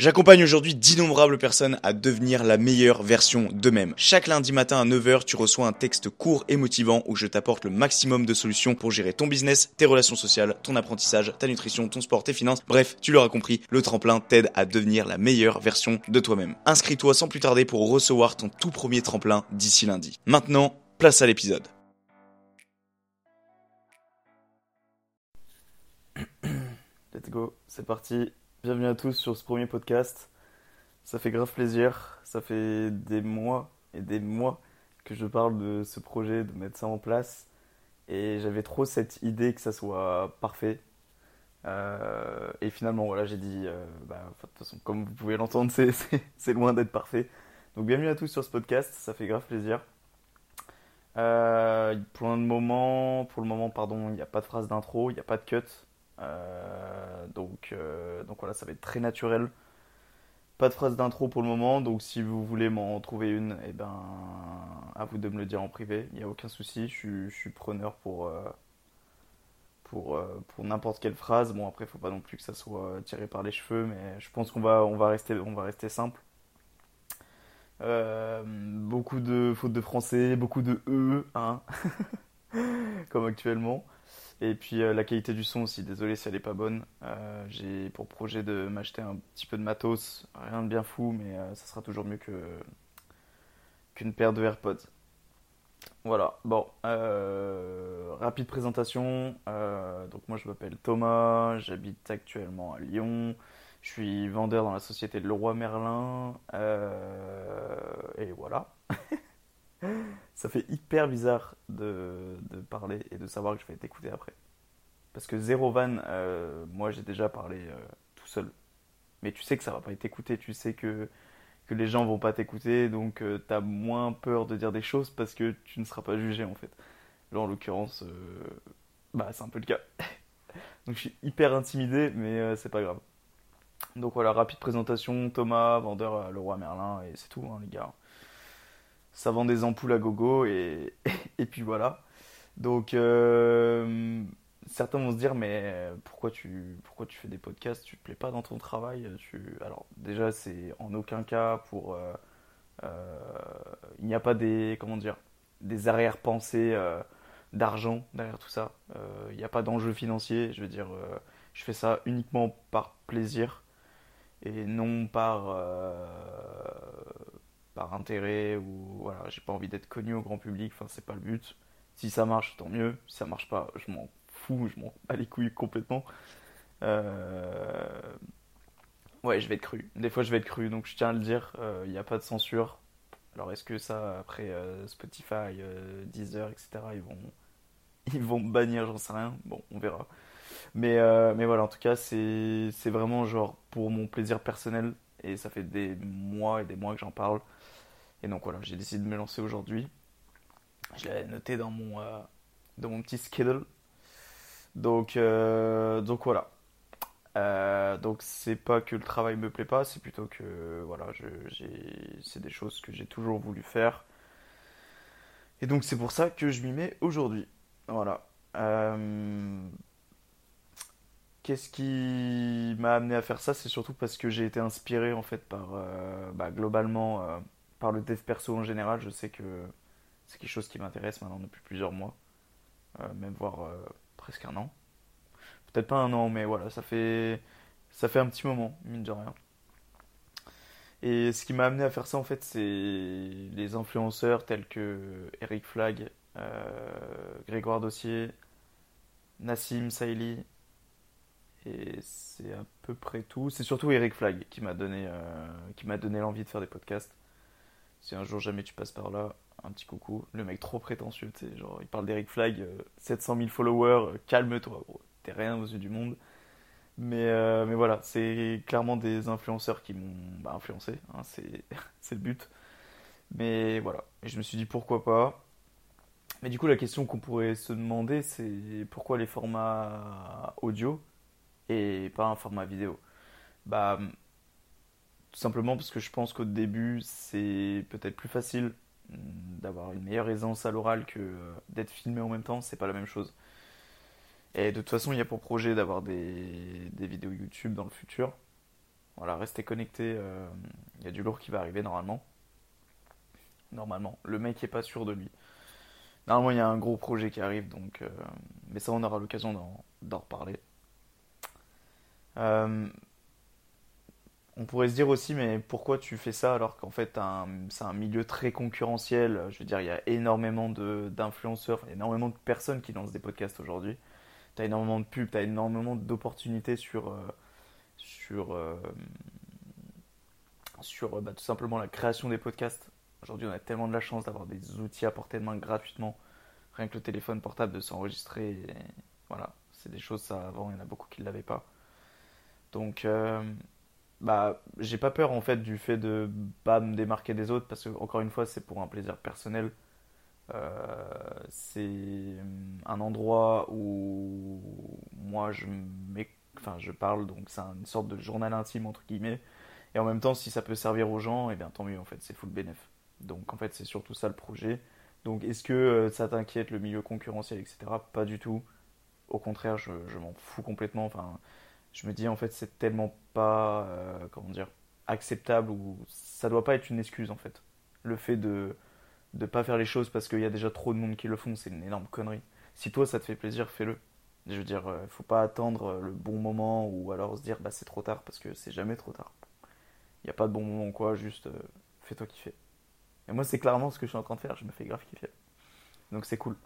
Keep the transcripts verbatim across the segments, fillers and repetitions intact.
J'accompagne aujourd'hui d'innombrables personnes à devenir la meilleure version d'eux-mêmes. Chaque lundi matin à neuf heures, tu reçois un texte court et motivant où je t'apporte le maximum de solutions pour gérer ton business, tes relations sociales, ton apprentissage, ta nutrition, ton sport, tes finances. Bref, tu l'auras compris, le tremplin t'aide à devenir la meilleure version de toi-même. Inscris-toi sans plus tarder pour recevoir ton tout premier tremplin d'ici lundi. Maintenant, place à l'épisode. Let's go, c'est parti. Bienvenue à tous sur ce premier podcast. Ça fait grave plaisir. Ça fait des mois et des mois que je parle de ce projet, de mettre ça en place. Et j'avais trop cette idée que ça soit parfait. Euh, et finalement, voilà, j'ai dit, euh, bah, de toute façon, comme vous pouvez l'entendre, c'est, c'est, c'est loin d'être parfait. Donc bienvenue à tous sur ce podcast, ça fait grave plaisir. Euh, pour le moment, pour le moment, pardon, il n'y a pas de phrase d'intro, il n'y a pas de cut. Euh, donc, euh, donc voilà, ça va être très naturel. Pas de phrase d'intro pour le moment, donc si vous voulez m'en trouver une, eh ben, à vous de me le dire en privé. Il n'y a aucun souci, je suis, je suis preneur pour, euh, pour, euh, pour n'importe quelle phrase. Bon, après, il faut pas non plus que ça soit tiré par les cheveux, mais je pense qu'on va, on va rester, on va rester simple. Euh, beaucoup de fautes de français, beaucoup de E, hein, comme actuellement. Et puis euh, la qualité du son aussi, désolé si elle est pas bonne. Euh, j'ai pour projet de m'acheter un petit peu de matos, rien de bien fou, mais euh, ça sera toujours mieux que, qu'une paire de AirPods. Voilà, bon, euh, rapide présentation. Euh, donc moi je m'appelle Thomas, j'habite actuellement à Lyon. Je suis vendeur dans la société de Leroy Merlin. Euh, et voilà. Ça fait hyper bizarre de, de parler et de savoir que je vais être écouté après. Parce que zéro van, euh, moi j'ai déjà parlé euh, tout seul. Mais tu sais que ça va pas être écouté, tu sais que, que les gens vont pas t'écouter, donc euh, t'as moins peur de dire des choses parce que tu ne seras pas jugé en fait. Là en l'occurrence, euh, bah c'est un peu le cas. Donc je suis hyper intimidé, mais euh, c'est pas grave. Donc voilà, rapide présentation, Thomas, vendeur à Leroy Merlin, et c'est tout hein, les gars. Ça vend des ampoules à gogo et, et puis voilà. Donc, euh, certains vont se dire, mais pourquoi tu, pourquoi tu fais des podcasts? Tu te plais pas dans ton travail? Tu... Alors, déjà, c'est en aucun cas pour. Euh, euh, il n'y a pas des, comment dire, des arrière-pensées euh, d'argent derrière tout ça. Euh, il n'y a pas d'enjeu financier. Je veux dire, euh, je fais ça uniquement par plaisir et non par, euh, par intérêt ou voilà, j'ai pas envie d'être connu au grand public. Enfin, c'est pas le but. Si ça marche, tant mieux. Si ça marche pas, je m'en fous, je m'en bats les couilles complètement. Euh, Ouais, je vais être cru. Des fois, je vais être cru, donc je tiens à le dire. Il n'y a pas de censure. Alors, est-ce que ça, après euh, Spotify, euh, Deezer, et cetera, ils vont, ils vont me bannir, j'en sais rien. Bon, on verra. Mais, euh, mais voilà, en tout cas, c'est, c'est vraiment genre pour mon plaisir personnel. Et ça fait des mois et des mois que j'en parle. Et donc voilà, j'ai décidé de me lancer aujourd'hui. Je l'avais noté dans mon, euh, dans mon petit schedule. Donc, euh, donc voilà. Euh, donc c'est pas que le travail me plaît pas, c'est plutôt que voilà, je, j'ai, c'est des choses que j'ai toujours voulu faire. Et donc c'est pour ça que je m'y mets aujourd'hui. Voilà. Euh, Qu'est-ce qui m'a amené à faire ça? C'est surtout parce que j'ai été inspiré en fait par euh, bah, globalement euh, par le dev perso en général. Je sais que c'est quelque chose qui m'intéresse maintenant depuis plusieurs mois, euh, même voire euh, presque un an. Peut-être pas un an, mais voilà, ça fait ça fait un petit moment, mine de rien. Et ce qui m'a amené à faire ça, en fait, c'est les influenceurs tels que Eric Flag, euh, Grégoire Dossier, Nassim Saïli, et c'est à peu près tout. C'est surtout Eric Flag qui m'a donné, euh, qui m'a donné l'envie de faire des podcasts. Si un jour jamais tu passes par là, un petit coucou. Le mec trop prétentieux, tu sais, genre il parle d'Eric Flag, euh, sept cent mille followers, euh, calme-toi, gros, t'es rien aux yeux du monde. Mais, euh, mais voilà, c'est clairement des influenceurs qui m'ont bah, influencé, hein, c'est, c'est le but. Mais voilà, et je me suis dit pourquoi pas. Mais du coup, la question qu'on pourrait se demander, c'est pourquoi les formats audio et pas un format vidéo? Bah, tout simplement parce que je pense qu'au début, c'est peut-être plus facile hum, d'avoir une meilleure aisance à l'oral que euh, d'être filmé en même temps, c'est pas la même chose. Et de toute façon, il y a pour projet d'avoir des, des vidéos YouTube dans le futur. Voilà, restez connectés. euh, Il y a du lourd qui va arriver normalement. Normalement. Le mec est pas sûr de lui. Normalement, il y a un gros projet qui arrive, donc. euh, Mais ça, on aura l'occasion d'en d'en reparler. Euh, On pourrait se dire aussi, mais pourquoi tu fais ça alors qu'en fait, t'as un- c'est un milieu très concurrentiel. Je veux dire, il y a énormément de- d'influenceurs, enfin, énormément de personnes qui lancent des podcasts aujourd'hui. T'as énormément de pubs, t'as énormément d'opportunités sur, euh, sur, euh, sur euh, bah, tout simplement la création des podcasts. Aujourd'hui, on a tellement de la chance d'avoir des outils à portée de main gratuitement. Rien que le téléphone portable, de s'enregistrer. et Voilà, c'est des choses, ça, avant, il y en a beaucoup qui ne l'avaient pas. Donc, euh, bah, j'ai pas peur en fait du fait de pas me démarquer des autres parce que, encore une fois, c'est pour un plaisir personnel. Euh, c'est un endroit où moi je, enfin, je parle, donc c'est une sorte de journal intime entre guillemets. Et en même temps, si ça peut servir aux gens, et bien tant mieux en fait, c'est full bénéf. Donc en fait, c'est surtout ça le projet. Donc est-ce que euh, ça t'inquiète le milieu concurrentiel, et cetera. Pas du tout. Au contraire, je, je m'en fous complètement. Enfin, je me dis en fait, c'est tellement pas, euh, comment dire, acceptable ou ça doit pas être une excuse en fait. Le fait de de pas faire les choses parce qu'il y a déjà trop de monde qui le font, c'est une énorme connerie. Si toi ça te fait plaisir, fais-le. Je veux dire, euh, faut pas attendre euh, le bon moment ou alors se dire bah c'est trop tard parce que c'est jamais trop tard. Il n'y a pas de bon moment ou quoi, juste euh, fais-toi kiffer. Et moi c'est clairement ce que je suis en train de faire, je me fais grave kiffer. Donc c'est cool.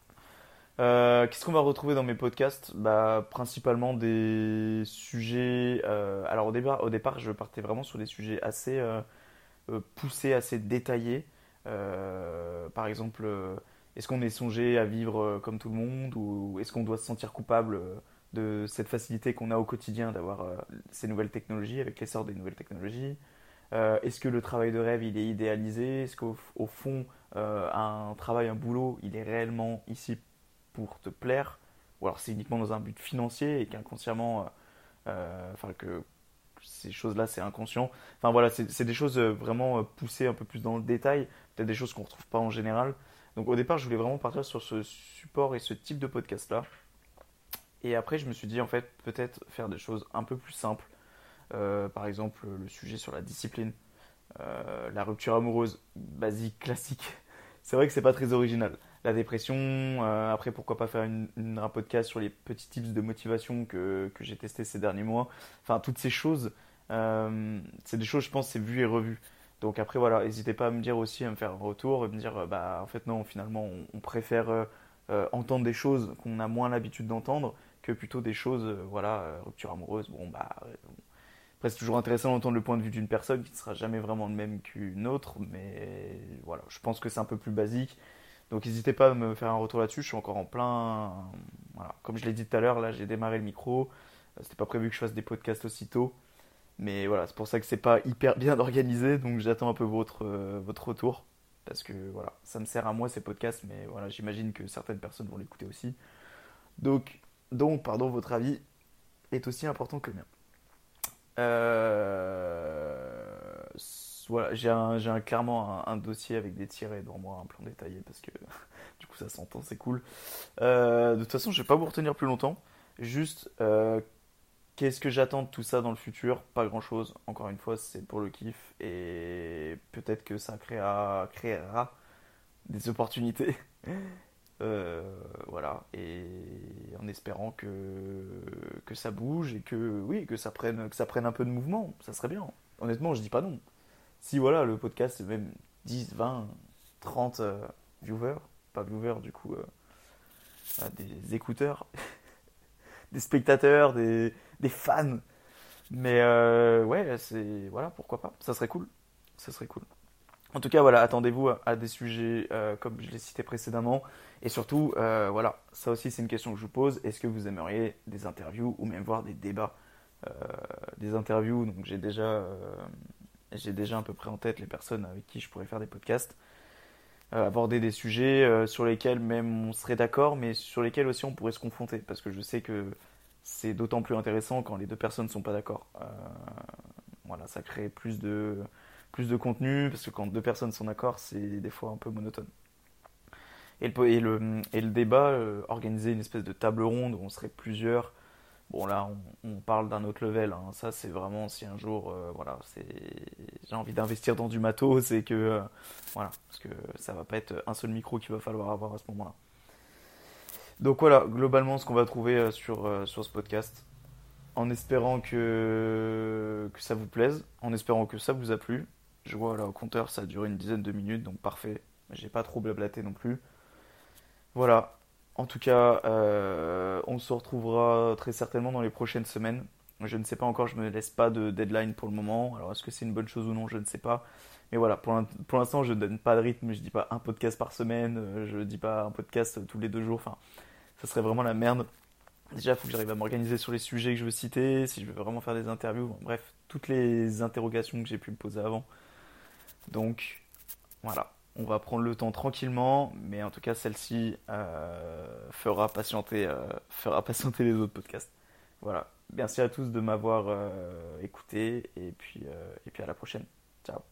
Euh, Qu'est-ce qu'on va retrouver dans mes podcasts? Bah principalement des sujets. euh, alors au départ, au départ, je partais vraiment sur des sujets assez euh, euh, poussé, assez détaillé. Euh, par exemple, euh, est-ce qu'on est songé à vivre euh, comme tout le monde ou est-ce qu'on doit se sentir coupable euh, de cette facilité qu'on a au quotidien d'avoir euh, ces nouvelles technologies, avec l'essor des nouvelles technologies? Euh, est-ce que le travail de rêve, il est idéalisé? Est-ce qu'au au fond, euh, un travail, un boulot, il est réellement ici pour te plaire? Ou alors c'est uniquement dans un but financier et qu'inconsciemment, euh, enfin que ces choses-là, c'est inconscient. Enfin voilà, c'est c'est des choses euh, vraiment euh, poussées un peu plus dans le détail, peut-être des choses qu'on ne retrouve pas en général. Donc au départ, je voulais vraiment partir sur ce support et ce type de podcast-là. Et après, je me suis dit, en fait, peut-être faire des choses un peu plus simples. Euh, par exemple, le sujet sur la discipline, euh, la rupture amoureuse, basique, classique. C'est vrai que c'est pas très original. La dépression, euh, après pourquoi pas faire une, une- un podcast sur les petits tips de motivation que, que j'ai testé ces derniers mois. Enfin, toutes ces choses, euh, c'est des choses, je pense, c'est vu et revu. Donc après, voilà, n'hésitez pas à me dire aussi, à me faire un retour, et me dire, euh, bah en fait non, finalement, on, on préfère euh, euh, entendre des choses qu'on a moins l'habitude d'entendre que plutôt des choses, euh, voilà, euh, rupture amoureuse. Bon, bah, euh, après, c'est toujours intéressant d'entendre le point de vue d'une personne qui ne sera jamais vraiment le même qu'une autre, mais voilà, je pense que c'est un peu plus basique. Donc n'hésitez pas à me faire un retour là-dessus, je suis encore en plein. Voilà. Comme je l'ai dit tout à l'heure, là j'ai démarré le micro. Euh, C'était pas prévu que je fasse des podcasts aussitôt. Mais voilà, c'est pour ça que c'est pas hyper bien organisé, donc j'attends un peu votre, euh, votre retour. Parce que voilà, ça me sert à moi ces podcasts, mais voilà, j'imagine que certaines personnes vont l'écouter aussi. Donc, donc, pardon, votre avis est aussi important que le mien. Euh, voilà, j'ai un, j'ai un- clairement un, un dossier avec des tirets devant moi, un plan détaillé, parce que du coup ça s'entend, c'est cool. Euh, de toute façon, je vais pas vous retenir plus longtemps. Juste, euh, qu'est-ce que j'attends de tout ça dans le futur? Pas grand-chose. Encore une fois, c'est pour le kiff et peut-être que ça créera, créera des opportunités. Euh, voilà, et en espérant que, que ça bouge et que oui, que ça prenne, que ça prenne un peu de mouvement, ça serait bien. Honnêtement, je dis pas non. Si voilà, le podcast c'est même dix, vingt, trente euh, viewers, pas viewers du coup, euh, euh, des écouteurs, des spectateurs, des, des fans. Mais euh, ouais, c'est voilà, pourquoi pas, ça serait cool, ça serait cool. En tout cas, voilà, attendez-vous à, à des sujets euh, comme je l'ai cité précédemment. Et surtout, euh, voilà, ça aussi c'est une question que je vous pose. Est-ce que vous aimeriez des interviews ou même voir des débats? Euh, Des interviews, donc j'ai déjà, euh, j'ai déjà à peu près en tête les personnes avec qui je pourrais faire des podcasts. Euh, aborder des sujets euh, sur lesquels même on serait d'accord, mais sur lesquels aussi on pourrait se confronter. Parce que je sais que c'est d'autant plus intéressant quand les deux personnes ne sont pas d'accord. Euh, voilà, ça crée plus de, plus de contenu, parce que quand deux personnes sont d'accord, c'est des fois un peu monotone. Et le, et le, et le débat, euh, organiser une espèce de table ronde où on serait plusieurs, Bon là, on, on parle d'un autre level, hein. Ça, c'est vraiment si un jour, euh, voilà, c'est, j'ai envie d'investir dans du matos, c'est que, euh, voilà, parce que ça va pas être un seul micro qu'il va falloir avoir à ce moment-là. Donc voilà, globalement, ce qu'on va trouver euh, sur, euh, sur ce podcast, en espérant que, que ça vous plaise, en espérant que ça vous a plu. Je vois là au compteur, ça a duré une dizaine de minutes, donc parfait. J'ai pas trop blablaté non plus. Voilà. En tout cas, euh, on se retrouvera très certainement dans les prochaines semaines. Je ne sais pas encore, je me laisse pas de deadline pour le moment. Alors est-ce que c'est une bonne chose ou non, je ne sais pas. Mais voilà, pour l'in- pour l'instant, je ne donne pas de rythme. Je dis pas un podcast par semaine, euh, je dis pas un podcast tous les deux jours. Enfin, ça serait vraiment la merde. Déjà, il faut que j'arrive à m'organiser sur les sujets que je veux citer, si je veux vraiment faire des interviews. Bon, bref, toutes les interrogations que j'ai pu me poser avant. Donc, voilà. On va prendre le temps tranquillement, mais en tout cas, celle-ci euh, fera, patienter, euh, fera patienter les autres podcasts. Voilà. Merci à tous de m'avoir euh, écouté, et puis, euh, et puis à la prochaine. Ciao.